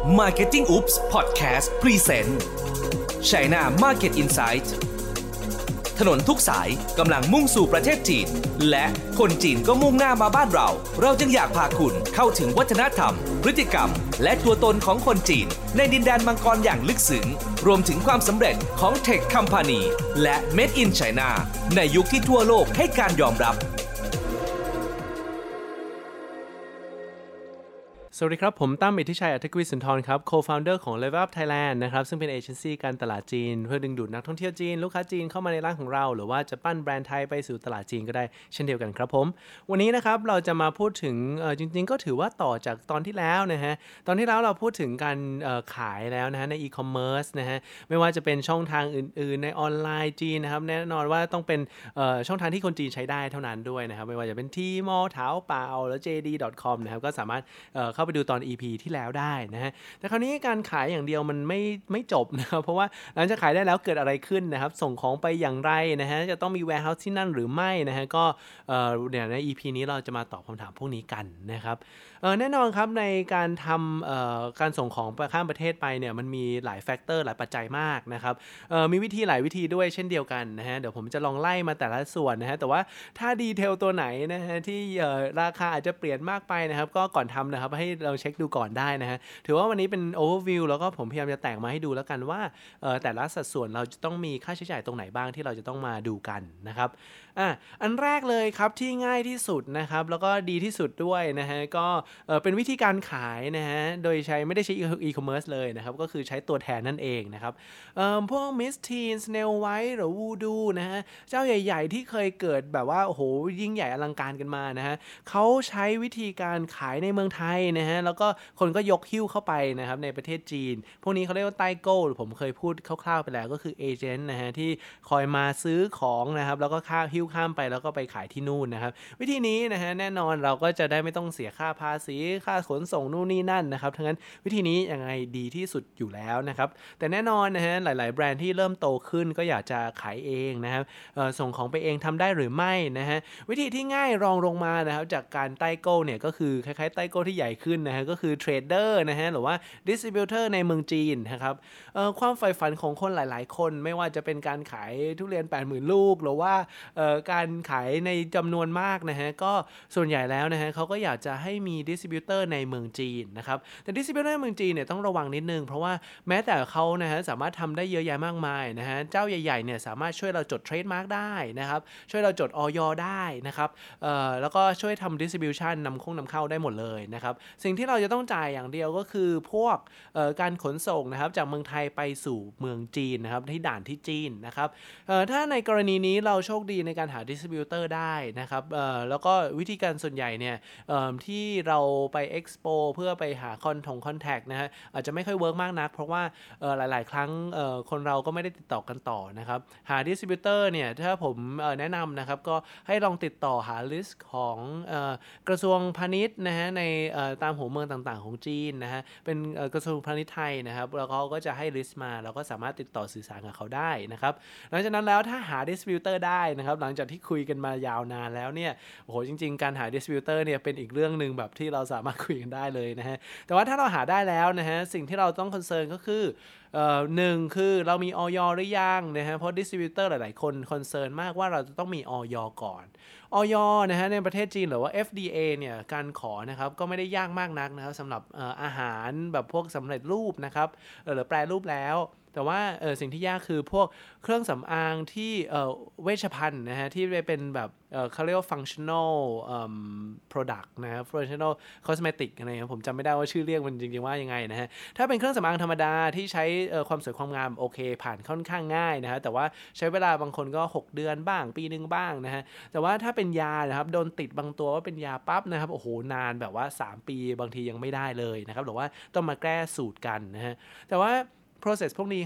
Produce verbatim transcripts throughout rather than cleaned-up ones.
Marketing Oops Podcast Present China Market Insight ถนนทุกสายกำลังมุ่งสู่ประเทศจีนและคนจีนก็มุ่งหน้ามาบ้านเราเราจึงอยากพาคุณเข้าถึงวัฒนธรรมพฤติกรรมและตัวตนของคนจีนในดินแดนมังกรอย่างลึกซึ้งรวมถึงความสำเร็จของ Tech Company และ Made in China ในยุคที่ทั่วโลกให้การยอมรับสวัสดีครับผมตั้มอิทธิชัยอัธกฤษสุนทรครับ Co-founder ของ Level Up Thailand นะครับซึ่งเป็นเอเจนซี่การตลาดจีนเพื่อดึงดูดนักท่องเที่ยวจีนลูกค้าจีนเข้ามาในร้านของเราหรือว่าจะปั้นแบรนด์ไทยไปสู่ตลาดจีนก็ได้เช่นเดียวกันครับผมวันนี้นะครับเราจะมาพูดถึงเอ่อจริงๆก็ถือว่าต่อจากตอนที่แล้วนะฮะตอนที่แล้วเราพูดถึงการเอ่อขายแล้วนะฮะใน e-commerce นะฮะไม่ว่าจะเป็นช่องทางอื่นๆในออนไลน์จีนนะครับแน่นอนว่าต้องเป็นเอ่อช่องทางที่คนจีนใช้ได้เท่านั้นด้วยนะครับไม่ว่าจะเป็น Tmall 淘宝หรือ เจ ดี ดอท คอม นะครับก็สามารถเอ่อเข้าไปดูตอน อี พี ที่แล้วได้นะฮะแต่คราวนี้การขายอย่างเดียวมันไม่ไม่จบนะครับเพราะว่าหลังจากขายได้แล้วเกิดอะไรขึ้นนะครับส่งของไปอย่างไรนะฮะจะต้องมี warehouse ที่นั่นหรือไม่นะฮะก็เอ่อเดี๋ยวใน อี พี นี้เราจะมาตอบคำถามพวกนี้กันนะครับเอ่อแน่นอนครับในการทำเอ่อการส่งของไปข้ามประเทศไปเนี่ยมันมีหลายแฟกเตอร์หลายปัจจัยมากนะครับเอ่อมีวิธีหลายวิธีด้วยเช่นเดียวกันนะฮะเดี๋ยวผมจะลองไล่มาแต่ละส่วนนะฮะแต่ว่าถ้าดีเทลตัวไหนนะฮะที่เอ่อราคาอาจจะเปลี่ยนมากไปนะครับก็ก่อนทำนะครับให้เราเช็คดูก่อนได้นะฮะถือว่าวันนี้เป็น overview แล้วก็ผมพยายามจะแต่งมาให้ดูแล้วกันว่าเอ่อแต่ละสัดส่วนเราจะต้องมีค่าใช้จ่ายตรงไหนบ้างที่เราจะต้องมาดูกันนะครับอ่ะอันแรกเลยครับที่ง่ายที่สุดนะครับแล้วก็ดีที่สุดด้วยนะฮะก็เอ่อเป็นวิธีการขายนะฮะโดยใช้ไม่ได้ใช้ e-commerce เลยนะครับก็คือใช้ตัวแทนนั่นเองนะครับเอ่อพวก Miss Teen Snail White หรือ Voodoo นะฮะเจ้าใหญ่ๆที่เคยเกิดแบบว่าโอ้โหยิ่งใหญ่อลังการกันมานะฮะเขาใช้วิธีการขายในเมืองไทยนะฮะแล้วก็คนก็ยกหิ้วเข้าไปนะครับในประเทศจีนพวกนี้เขาเรียกว่าไต้โก้ผมเคยพูดคร่าวๆไปแล้วก็คือเอเจนต์นะฮะที่คอยมาซื้อของนะครับแล้วก็ข้ามหิ้วข้ามไปแล้วก็ไปขายที่นู่นนะครับวิธีนี้นะฮะแน่นอนเราก็จะได้ไม่ต้องเสียค่าภาษีค่าขนส่งนู่นนี่นั่นนะครับทั้งนั้นวิธีนี้ยังไงดีที่สุดอยู่แล้วนะครับแต่แน่นอนนะฮะหลายๆแบรนด์ที่เริ่มโตขึ้นก็อยากจะขายเองนะครับเอ่อส่งของไปเองทำได้หรือไม่นะฮะวิธีที่ง่ายรองลงมานะครับจากการไต้โก้เนี่ยก็คือคล้ายๆไต้โก้ที่ใหญ่ขึ้นนะฮะก็คือเทรดเดอร์นะฮะหรือว่าดิสทริบิวเตอร์ในเมืองจีนนะครับเอ่อความใฝ่ฝันของคนหลายๆคนไม่ว่าจะเป็นการขายทุเรียน แปดหมื่น ลูกหรือว่าเอ่อการขายในจำนวนมากนะฮะก็ส่วนใหญ่แล้วนะฮะเขาก็อยากจะให้มีดิสทริบิวเตอร์ในเมืองจีนนะครับแต่ดิสทริบิวเตอร์ในเมืองจีนเนี่ยต้องระวังนิดนึงเพราะว่าแม้แต่เขานะฮะสามารถทำได้เยอะแยะมากมายนะฮะเจ้าใหญ่ๆเนี่ยสามารถช่วยเราจดเทรดมาร์กได้นะครับช่วยเราจด อย ได้นะครับเอ่อแล้วก็ช่วยทำดิสทริบิวชันนำคงนำเข้าได้หมดเลยนะครับสิ่งที่เราจะต้องจ่ายอย่างเดียวก็คือพวกเอ่อการขนส่งนะครับจากเมืองไทยไปสู่เมืองจีนนะครับที่ด่านที่จีนนะครับเอ่อถ้าในกรณีนี้เราโชคดีในการหาดิสทริบิวเตอร์ได้นะครับเอ่อแล้วก็วิธีการส่วนใหญ่เนี่ยเอ่อที่เราไปเอ็กซ์โปเพื่อไปหาคอนทงคอนแทคนะฮะอาจจะไม่ค่อยเวิร์กมากนักเพราะว่าเอ่อหลายๆครั้งเอ่อคนเราก็ไม่ได้ติดต่อกันต่อนะครับหาดิสทริบิวเตอร์เนี่ยถ้าผมเอ่อแนะนำนะครับก็ให้ลองติดต่อหาลิสต์ของเอ่อกระทรวงพาณิชย์นะฮะในเอ่อตามหัวเมืองต่างๆของจีนนะฮะเป็นเอ่อกระทรวงพาณิชย์ไทยนะครับแล้วเขาก็จะให้ลิสต์มาเราก็สามารถติดต่อสื่อสารกับเขาได้นะครับหลังจากนั้นแล้วถ้าหาดิสทริบิวเตอร์ได้นะครับหลังจากที่คุยกันมายาวนานแล้วเนี่ยโอ้โหจริงๆการหาดิสทริบิวเตอร์เนี่ยเป็นอีกเรื่องนึงแบบที่เราสามารถคุยกันได้เลยนะฮะแต่ว่าถ้าเราหาได้แล้วนะฮะสิ่งที่เราต้องคอนเซิร์นก็คือเอ่อหนึ่งคือเรามี อย หรือยังนะฮะเพราะดิสทริบิวเตอร์หลายๆคนคอนเซิร์นมากว่าเราจะต้องมี อย ก่อน อย นะฮะในประเทศจีนหรือว่า เอฟ ดี เอ เนี่ยการขอนะครับก็ไม่ได้ยากมากนักนะครับสำหรับเอ่ออาหารแบบพวกสำเร็จรูปนะครับเอ่อหรือแปรรูปแล้วแต่ว่าเออสิ่งที่ยากคือพวกเครื่องสำอางที่เอ่อเวชภัณฑ์นะฮะที่เป็นแบบเอ่อเขาเรียกว่า functional เอ่อ product นะครับ functional cosmetic อะไรครับผมจำไม่ได้ว่าชื่อเรียกมันจริงๆว่ายังไงนะฮะถ้าเป็นเครื่องสำอางธรรมดาที่ใช้เอ่อความสวยความงามโอเคผ่านค่อนข้างง่ายนะฮะแต่ว่าใช้เวลาบางคนก็หกเดือนบ้างปีนึงบ้างนะฮะแต่ว่าถ้าเป็นยานะครับโดนติดบางตัวว่าเป็นยาปั๊บนะครับโอ้โหนานแบบว่าสามปีบางทียังไม่ได้เลยนะครับหรือว่าต้องมาแก้สูตรกันนะฮะแต่ว่า process พวกนี้ครับ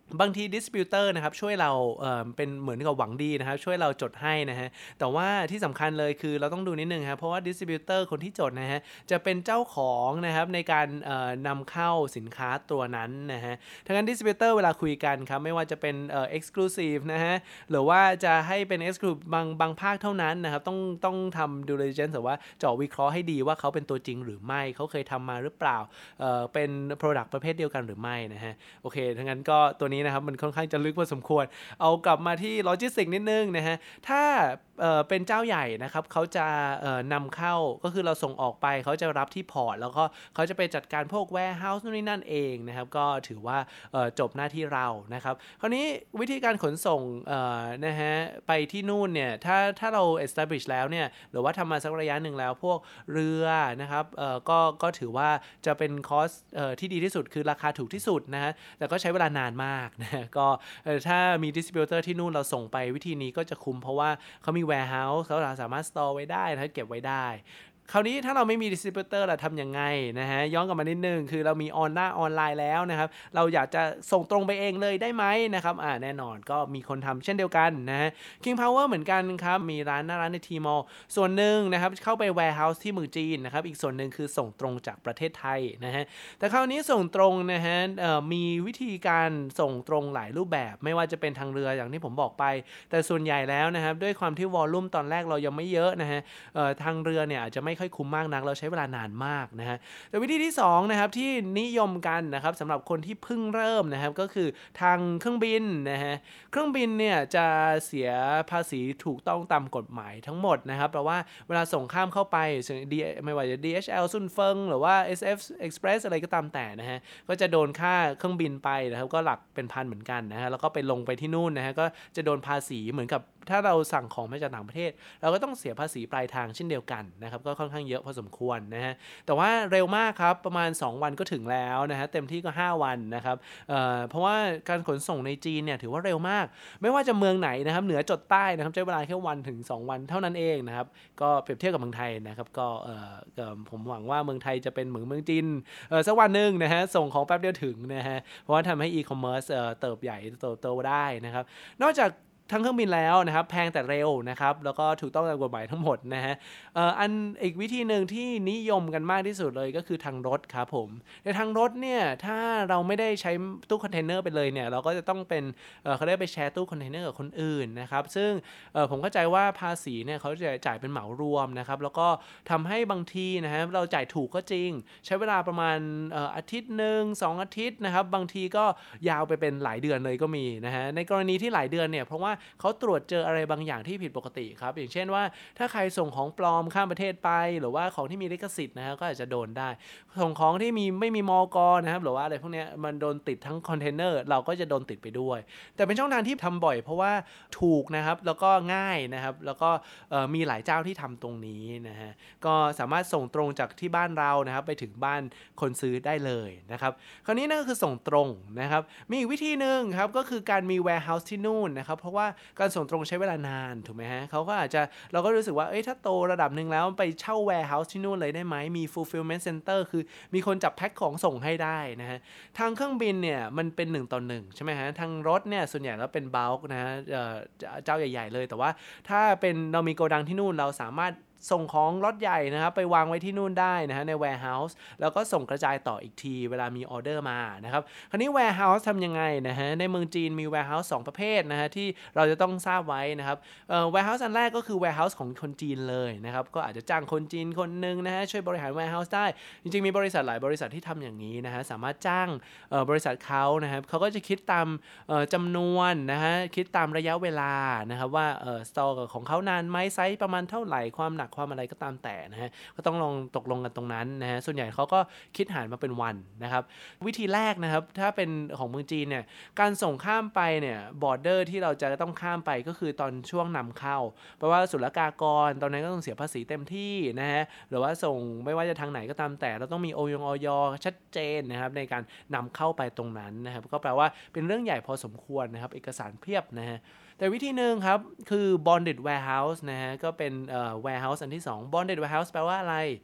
บางที distributor นะครับช่วยเราเอ่อเป็นเหมือนกับหวังดีนะครับช่วยเราจดให้นะฮะแต่ว่าที่สำคัญเลยคือเราต้องดูนิดนึงครับเพราะว่า distributor คนที่จดนะฮะจะเป็นเจ้าของนะครับในการเอ่อนำเข้าสินค้าตัวนั้นนะฮะทั้งนั้น distributor เวลาคุยกันครับไม่ว่าจะเป็นเอ่อ exclusive นะฮะหรือว่าจะให้เป็น exclusive บางบางภาคเท่านั้นนะครับต้องต้องทำ due diligence หรือว่าเจาะวิเคราะห์ให้ดีว่าเขาเป็นตัวจริงหรือไม่เขาเคยทำมาหรือเปล่าเอ่อเป็น product ประเภทเดียวกันหรือไม่นะฮะโอเคทั้งนั้นก็ตัวนี้นะครับมันค่อนข้างจะลึกพอสมควรเอากลับมาที่โลจิสติกนิดนึงนะฮะถ้าเอ่อเป็นเจ้าใหญ่นะครับเขาจะเอ่อนำเข้าก็คือเราส่งออกไปเขาจะรับที่พอร์ตแล้วก็เขาจะไปจัดการพวก warehouse นู่นนี่นั่นเองนะครับก็ถือว่าเอ่อจบหน้าที่เรานะครับคราวนี้วิธีการขนส่งเอ่อนะฮะไปที่นู่นเนี่ยถ้าถ้าเรา establish แล้วเนี่ยหรือว่าทำมาสักระยะหนึ่งแล้วพวกเรือนะครับเอ่อก็ก็ถือว่าจะเป็นคอสเอ่อที่ดีที่สุดคือราคาถูกที่สุดนะฮะแต่ก็ใช้เวลานานมากนะก็ถ้ามี distributor ที่นู่นเราส่งไปวิธีนี้ก็จะคุ้มเพราะว่าเขามี warehouse เขาสามารถ store ไว้ได้นะเก็บไว้ได้คราวนี้ถ้าเราไม่มี distributor ล่ะทำยังไงนะฮะย้อนกลับมานิดนึงคือเรามีออนหน้าออนไลน์แล้วนะครับเราอยากจะส่งตรงไปเองเลยได้ไหมนะครับอ่าแน่นอนก็มีคนทำเช่นเดียวกันนะฮะ King Power เหมือนกันครับมีร้านหน้าร้านใน Tmall ส่วนหนึ่งนะครับเข้าไป warehouse ที่เมืองจีนนะครับอีกส่วนหนึ่งคือส่งตรงจากประเทศไทยนะฮะแต่คราวนี้ส่งตรงนะฮะเอ่อมีวิธีการส่งตรงหลายรูปแบบไม่ว่าจะเป็นทางเรืออย่างที่ผมบอกไปแต่ส่วนใหญ่แล้วนะครับด้วยความที่วอลลุ่มตอนแรกเรายังไม่เยอะนะฮะเอ่อทางเรือเนี่ยอาจจะไม่ค่อยคุ้มมากนักเราใช้เวลานานมากนะฮะแต่วิธีที่สองนะครับที่นิยมกันนะครับสำหรับคนที่เพิ่งเริ่มนะครับก็คือทางเครื่องบินนะฮะเครื่องบินเนี่ยจะเสียภาษีถูกต้องตามกฎหมายทั้งหมดนะครับเพราะว่าเวลาส่งข้ามเข้าไปไม่ว่าจะ ดี เอช แอล ซุนเฟิงหรือว่า เอส เอฟ Express อะไรก็ตามแต่นะฮะก็จะโดนค่าเครื่องบินไปนะครับก็หลักเป็นพันเหมือนกันนะฮะแล้วก็ไปลงไปที่นู่นนะฮะก็จะโดนภาษีเหมือนกับถ้าเราสั่งของมาจากต่างประเทศเราก็ต้องเสียภาษีปลายทางเช่นเดียวกันนะครับก็ค่อนข้างเยอะพอสมควรนะฮะแต่ว่าเร็วมากครับประมาณสองวันก็ถึงแล้วนะฮะเต็มที่ก็ห้าวันนะครับเอ่อเพราะว่าการขนส่งในจีนเนี่ยถือว่าเร็วมากไม่ว่าจะเมืองไหนนะครับเหนือจดใต้นะครับใช้เวลาแค่วันถึงสองวันเท่านั้นเองนะครับก็เปรียบเทียบกับเมืองไทยนะครับก็เอ่อผมหวังว่าเมืองไทยจะเป็นเหมือนเมืองจีนเอ่อสักวันนึงนะฮะส่งของแป๊บเดียวถึงนะฮะเพราะว่าทำให้อีคอมเมิร์ซเอ่อเติบใหญ่เติบโตได้นะครับนอกจากทั้งเครื่องบินแล้วนะครับแพงแต่เร็วนะครับแล้วก็ถูกต้องตามกฎหมายทั้งหมดนะฮะเอ่ออันอีกวิธีหนึ่งที่นิยมกันมากที่สุดเลยก็คือทางรถครับผมในทางรถเนี่ยถ้าเราไม่ได้ใช้ตู้คอนเทนเนอร์ไปเลยเนี่ยเราก็จะต้องเป็นเอ่อเขาได้ไปแชร์ตู้คอนเทนเนอร์กับคนอื่นนะครับซึ่งเอ่อผมเข้าใจว่าภาษีเนี่ยเขาจะจ่ายเป็นเหมารวมนะครับแล้วก็ทำให้บางทีนะฮะเราจ่ายถูกก็จริงใช้เวลาประมาณเอ่ออาทิตย์นึงสองอาทิตย์นะครับบางทีก็ยาวไปเป็นหลายเดือนเลยก็มีนะฮะในกรณีที่หลายเดือนเนี่ยเพราะว่าเขาตรวจเจออะไรบางอย่างที่ผิดปกติครับอย่างเช่นว่าถ้าใครส่งของปลอมข้ามประเทศไปหรือว่าของที่มีลิขสิทธิ์นะฮะก็อาจจะโดนได้ส่งของที่มีไม่มีมก.นะครับหรือว่าอะไรพวกนี้มันโดนติดทั้งคอนเทนเนอร์เราก็จะโดนติดไปด้วยแต่เป็นช่องทางที่ทำบ่อยเพราะว่าถูกนะครับแล้วก็ง่ายนะครับแล้วก็มีหลายเจ้าที่ทำตรงนี้นะฮะก็สามารถส่งตรงจากที่บ้านเรานะครับไปถึงบ้านคนซื้อได้เลยนะครับคราวนี้นั่นก็คือส่งตรงนะครับมีอีกวิธีนึงครับก็คือการมี warehouse ที่นู่นนะครับเพราะว่าการส่งตรงใช้เวลานานถูกไหมฮะเขาก็อาจจะเราก็รู้สึกว่าเอ้ยถ้าโตระดับหนึ่งแล้วไปเช่า warehouse ที่นู่นเลยได้ไหมมี fulfillment center คือมีคนจับแพ็คของส่งให้ได้นะฮะทางเครื่องบินเนี่ยมันเป็นหนึ่งต่อหนึ่งใช่ไหมฮะทางรถเนี่ยส่วนใหญ่แล้วเป็น bulk นะฮะเจ้าใหญ่ๆเลยแต่ว่าถ้าเป็นเรามีโกดังที่นู่นเราสามารถส่งของล็อตใหญ่นะครับไปวางไว้ที่นู่นได้นะฮะใน warehouse แล้วก็ส่งกระจายต่ออีกทีเวลามีออเดอร์มานะครับคราวนี้ warehouse ทำยังไงนะฮะในเมืองจีนมี warehouse สองประเภทนะฮะที่เราจะต้องทราบไว้นะครับเอ่อ warehouse อันแรกก็คือ warehouse ของคนจีนเลยนะครับก็อาจจะจ้างคนจีนคนนึงนะฮะช่วยบริหาร warehouse ได้จริงๆมีบริษัทหลายบริษัทที่ทำอย่างนี้นะฮะสามารถจ้างเอ่อบริษัทเขานะครับเขาก็จะคิดตามเอ่อจำนวนนะฮะคิดตามระยะเวลานะครับว่าเอ่อ store ของเขานานไหมไซส์ประมาณเท่าไหร่ความหนักความอะไรก็ตามแต่นะฮะก็ต้องลองตกลงกันตรงนั้นนะฮะส่วนใหญ่เขาก็คิดหารมาเป็นวันนะครับวิธีแรกนะครับถ้าเป็นของเมืองจีนเนี่ยการส่งข้ามไปเนี่ยบอร์เดอร์ที่เราจะต้องข้ามไปก็คือตอนช่วงนำเข้าเพราะว่าศุลกากรตอนนั้นก็ต้องเสียภาษีเต็มที่นะฮะหรือว่าส่งไม่ว่าจะทางไหนก็ตามแต่เราต้องมีอยงอย.ชัดเจนนะครับในการนำเข้าไปตรงนั้นนะครับก็แปลว่าเป็นเรื่องใหญ่พอสมควรนะครับเอกสารเพียบนะฮะแต่วิธีหนึ่งครับคือ bonded warehouse นะฮะก็เป็นเอ่อ warehouse อันที่สอง bonded warehouse แปลว่าอะไร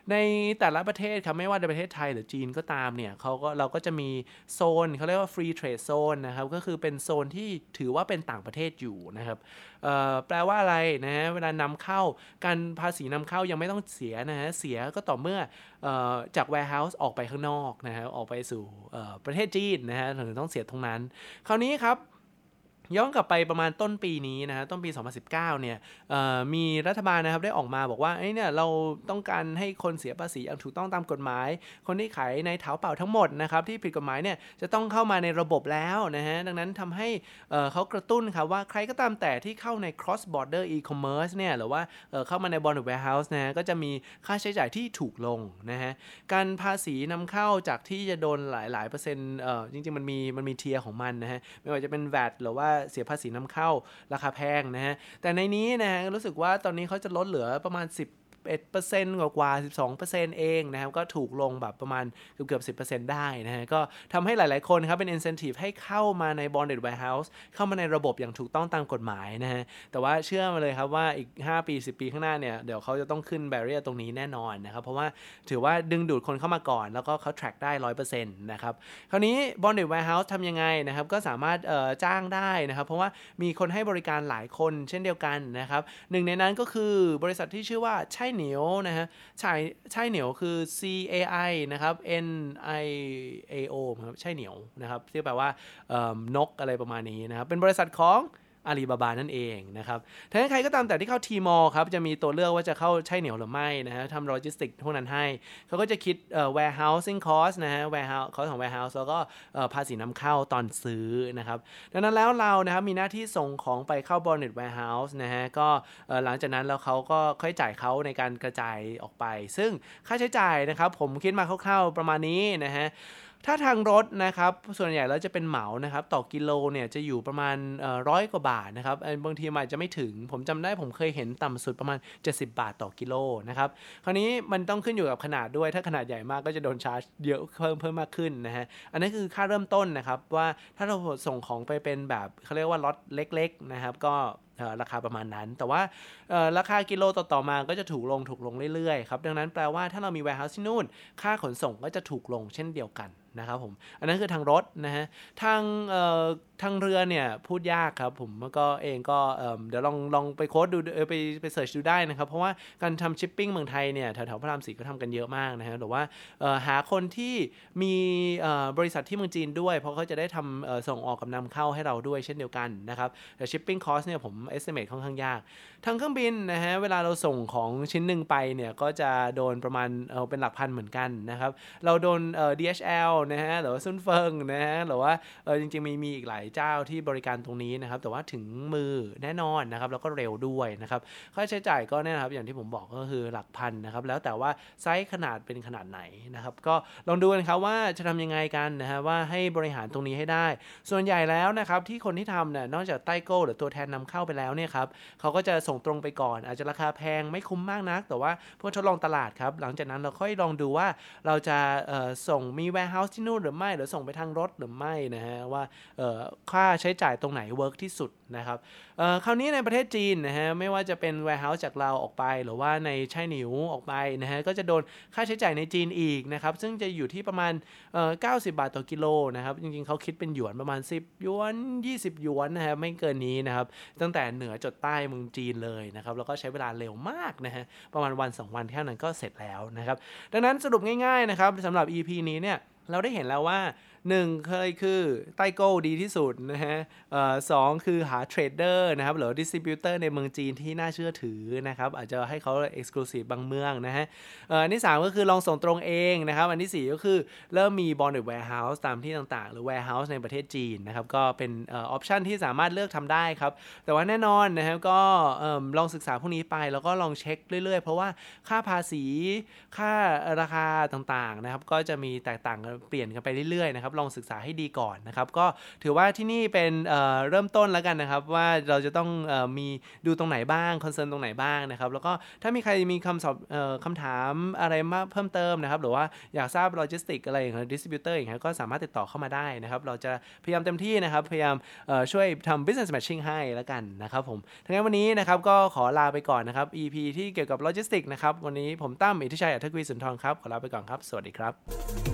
ในแต่ละประเทศครับไม่ว่าในประเทศไทยหรือจีนก็ตามเนี่ยเขาก็เราก็จะมีโซนเขาเรียกว่า free trade zone นะครับก็คือเป็นโซนที่ถือว่าเป็นต่างประเทศอยู่นะครับแปลว่าอะไรนะฮะเวลานำเข้าการภาษีนำเข้ายังไม่ต้องเสียนะฮะเสียก็ต่อเมื่อจาก warehouse ออกไปข้างนอกนะฮะออกไปสู่ประเทศจีนนะฮะถึงต้องเสียตรงนั้นคราวนี้ครับย้อนกลับไปประมาณต้นปีนี้นะฮะต้นปีสองพันสิบเก้าเนี่ยมีรัฐบาลนะครับได้ออกมาบอกว่าเอ้ยเนี่ยเราต้องการให้คนเสียภาษีอย่างถูกต้องตามกฎหมายคนที่ขายในเถาเป่าทั้งหมดนะครับที่ผิดกฎหมายเนี่ยจะต้องเข้ามาในระบบแล้วนะฮะดังนั้นทำให้เขากระตุ้นครับว่าใครก็ตามแต่ที่เข้าใน cross border e-commerce เนี่ยหรือว่าเข้ามาใน bonded warehouse นะฮะก็จะมีค่าใช้จ่ายที่ถูกลงนะฮะการภาษีนำเข้าจากที่จะโดนหลายๆเปอร์เซ็นต์จริงๆมันมีมันมีเทียร์ของมันนะฮะไม่ว่าจะเป็น แวต หรือว่าเสียภาษีนำเข้าราคาแพงนะฮะแต่ในนี้นะฮะรู้สึกว่าตอนนี้เขาจะลดเหลือประมาณสิบสิบเอ็ดเปอร์เซ็นต์ กว่ากว่า สิบสองเปอร์เซ็นต์ เองนะครับก็ถูกลงแบบประมาณเกือบๆ สิบเปอร์เซ็นต์ ได้นะฮะก็ทำให้หลายๆคนครับเป็น incentive ให้เข้ามาใน bonded warehouse เข้ามาในระบบอย่างถูกต้องตามกฎหมายนะฮะแต่ว่าเชื่อมาเลยครับว่าอีกห้าปีสิบปีข้างหน้าเนี่ยเดี๋ยวเขาจะต้องขึ้น barrier ตรงนี้แน่นอนนะครับเพราะว่าถือว่าดึงดูดคนเข้ามาก่อนแล้วก็เขา track ได้ หนึ่งร้อยเปอร์เซ็นต์ นะครับคราวนี้ bonded warehouse ทำยังไงนะครับก็สามารถเอ่อจ้างได้นะครับเพราะว่ามีคนให้บริการหลายคนเช่นเดียวกันนะครับหนึ่งในนั้นก็คือบริษัทที่ชื่อว่าไช่เหนียวนะฮะไช่ไช่เหนียวคือ C A I นะครับ N I A O ครับไช่เหนียวนะครับที่แปลว่านกอะไรประมาณนี้นะครับเป็นบริษัทของอาลีบาบานั่นเองนะครับถ้าใครก็ตามแต่ที่เข้า Tmall ครับจะมีตัวเลือกว่าจะเข้าไช่เหนียวหรือไม่นะฮะทำโลจิสติกพวกนั้นให้เขาก็จะคิดเอ่อ warehousing cost นะฮะ warehouse cost ของ warehouse แล้วก็เอ่อภาษีนำเข้าตอนซื้อนะครับดังนั้นแล้วเรานะครับมีหน้าที่ส่งของไปเข้า bonded warehouse นะฮะก็เอ่อหลังจากนั้นแล้วเขาก็ค่อยจ่ายเขาในการกระจายออกไปซึ่งค่าใช้จ่ายนะครับผมคิดมาคร่าวๆประมาณนี้นะฮะถ้าทางรถนะครับส่วนใหญ่แล้วจะเป็นเหมานะครับต่อกิโลเนี่ยจะอยู่ประมาณเอ่อร้อยกว่าบาทนะครับบางทีมันอาจจะไม่ถึงผมจำได้ผมเคยเห็นต่ำสุดประมาณเจ็ดสิบบาทต่อกิโลนะครับคราวนี้มันต้องขึ้นอยู่กับขนาดด้วยถ้าขนาดใหญ่มากก็จะโดนชาร์จเยอะเพิ่มเพิ่มมากขึ้นนะฮะอันนี้คือค่าเริ่มต้นนะครับว่าถ้าเราส่งของไปเป็นแบบเขาเรียกว่าล็อตเล็กๆนะครับก็ราคาประมาณนั้นแต่ว่าราคากิโลต่อๆมาก็จะถูกลงถูกลงเรื่อยๆครับดังนั้นแปลว่าถ้าเรามี warehouse ที่นู่นค่าขนส่งก็จะถูกลงเช่นเดียวกันนะครับผมอันนั้นคือทางรถนะฮะทางเอ่อทางเรือเนี่ยพูดยากครับผมก็เองก็เอ่อเดี๋ยวลองลองไปโค้ดดูเออไปไปเสิร์ชดูได้นะครับเพราะว่าการทำชิปปิ้งเมืองไทยเนี่ยแถวๆพระรามสี่ก็ทำกันเยอะมากนะฮะหรือว่าเอ่อหาคนที่มีเอ่อบริษัทที่เมืองจีนด้วยเพราะเขาจะได้ทำเอ่อส่งออกกับนำเข้าให้เราด้วยเช่นเดียวกันนะครับแต่ชิปปิ้งคอสเนี่ยผม estimate ค่อนข้างยากทางเครื่องบินนะฮะเวลาเราส่งของชิ้นหนึ่งไปเนี่ยก็จะโดนประมาณเอ่อเป็นหลักพันเหมือนกันนะครับเราโดนเอ่อ ดี เอช แอล นะฮะหรือว่าซุนเฟิงนะฮะหรือว่าเออจริงๆมีมีอีกหลายเจ้าที่บริการตรงนี้นะครับแต่ว่าถึงมือแน่นอนนะครับแล้วก็เร็วด้วยนะครับค่าใช้จ่ายก็เนี่ยครับอย่างที่ผมบอกก็คือหลักพันนะครับแล้วแต่ว่าไซส์ขนาดเป็นขนาดไหนนะครับก็ลองดูกันครับว่าจะทำยังไงกันนะฮะว่าให้บริหารตรงนี้ให้ได้ส่วนใหญ่แล้วนะครับที่คนที่ทำเนี่ยนอกจากไต้โก้หรือตัวแทนนำเข้าไปแล้วเนี่ยครับเขาก็จะส่งตรงไปก่อนอาจจะราคาแพงไม่คุ้มมากนักแต่ว่าเพื่อทดลองตลาดครับหลังจากนั้นเราค่อยลองดูว่าเราจะเอ่อส่งมี warehouse ที่นู่นหรือไม่หรือส่งไปทางรถหรือไม่นะฮะว่าเอ่อค่าใช้จ่ายตรงไหนเวิร์กที่สุดนะครับเอ่อคราวนี้ในประเทศจีนนะฮะไม่ว่าจะเป็น warehouse จากเราออกไปหรือว่าในไช่หนิวออกไปนะฮะก็จะโดนค่าใช้จ่ายในจีนอีกนะครับซึ่งจะอยู่ที่ประมาณเอ่อเก้าสิบบาทต่อกิโลนะครับจริงๆเขาคิดเป็นหยวนประมาณสิบหยวนยี่สิบหยวนนะฮะไม่เกินนี้นะครับตั้งแต่เหนือจดใต้เมืองจีนเลยนะครับแล้วก็ใช้เวลาเร็วมากนะฮะประมาณวันสองวันแค่นั้นก็เสร็จแล้วนะครับดังนั้นสรุปง่ายๆนะครับสำหรับ อี พี นี้เนี่ยเราได้เห็นแล้วว่าหนึ่งเคยคือไต้โก้ดีที่สุดนะฮะเอ่อสองคือหาเทรดเดอร์นะครับหรือดิสติบิวเตอร์ในเมืองจีนที่น่าเชื่อถือนะครับอาจจะให้เขา exclusive บางเมืองนะฮะเอ่ออันที่สามก็คือลองส่งตรงเองนะครับอันที่สี่ก็คือเริ่มมี bonded warehouse ตามที่ต่างๆหรือ warehouse ในประเทศจีนนะครับก็เป็นเอ่อ option ที่สามารถเลือกทำได้ครับแต่ว่าแน่นอนนะครับก็เอ่อลองศึกษาพวกนี้ไปแล้วก็ลองเช็คเรื่อยๆเพราะว่าค่าภาษีค่าราคาต่างๆนะครับก็จะมีแตกต่างกันเปลี่ยนกันไปเรื่อยๆนะครับลองศึกษาให้ดีก่อนนะครับก็ถือว่าที่นี่เป็นเอ่อเริ่มต้นแล้วกันนะครับว่าเราจะต้องเอ่อมีดูตรงไหนบ้างคอนเซิร์นตรงไหนบ้างนะครับแล้วก็ถ้ามีใครมีคำสอบเอ่อคำถามอะไรมาเพิ่มเติมนะครับหรือว่าอยากทราบโลจิสติกอะไรอย่างเงี้ยดิสติบิวเตอร์อย่างเงี้ยก็สามารถติดต่อเข้ามาได้นะครับเราจะพยายามเต็มที่นะครับพยายามเอ่อช่วยทำ business matching ให้แล้วกันนะครับผมทั้งนั้นวันนี้นะครับก็ขอลาไปก่อนนะครับ อี พี ที่เกี่ยวกับโลจิสติกนะครับวันนี้ผมตั้มอิทธิชัยอัธกวีสุนทรครับขอลาไปก่อนครับสวัสดีครับ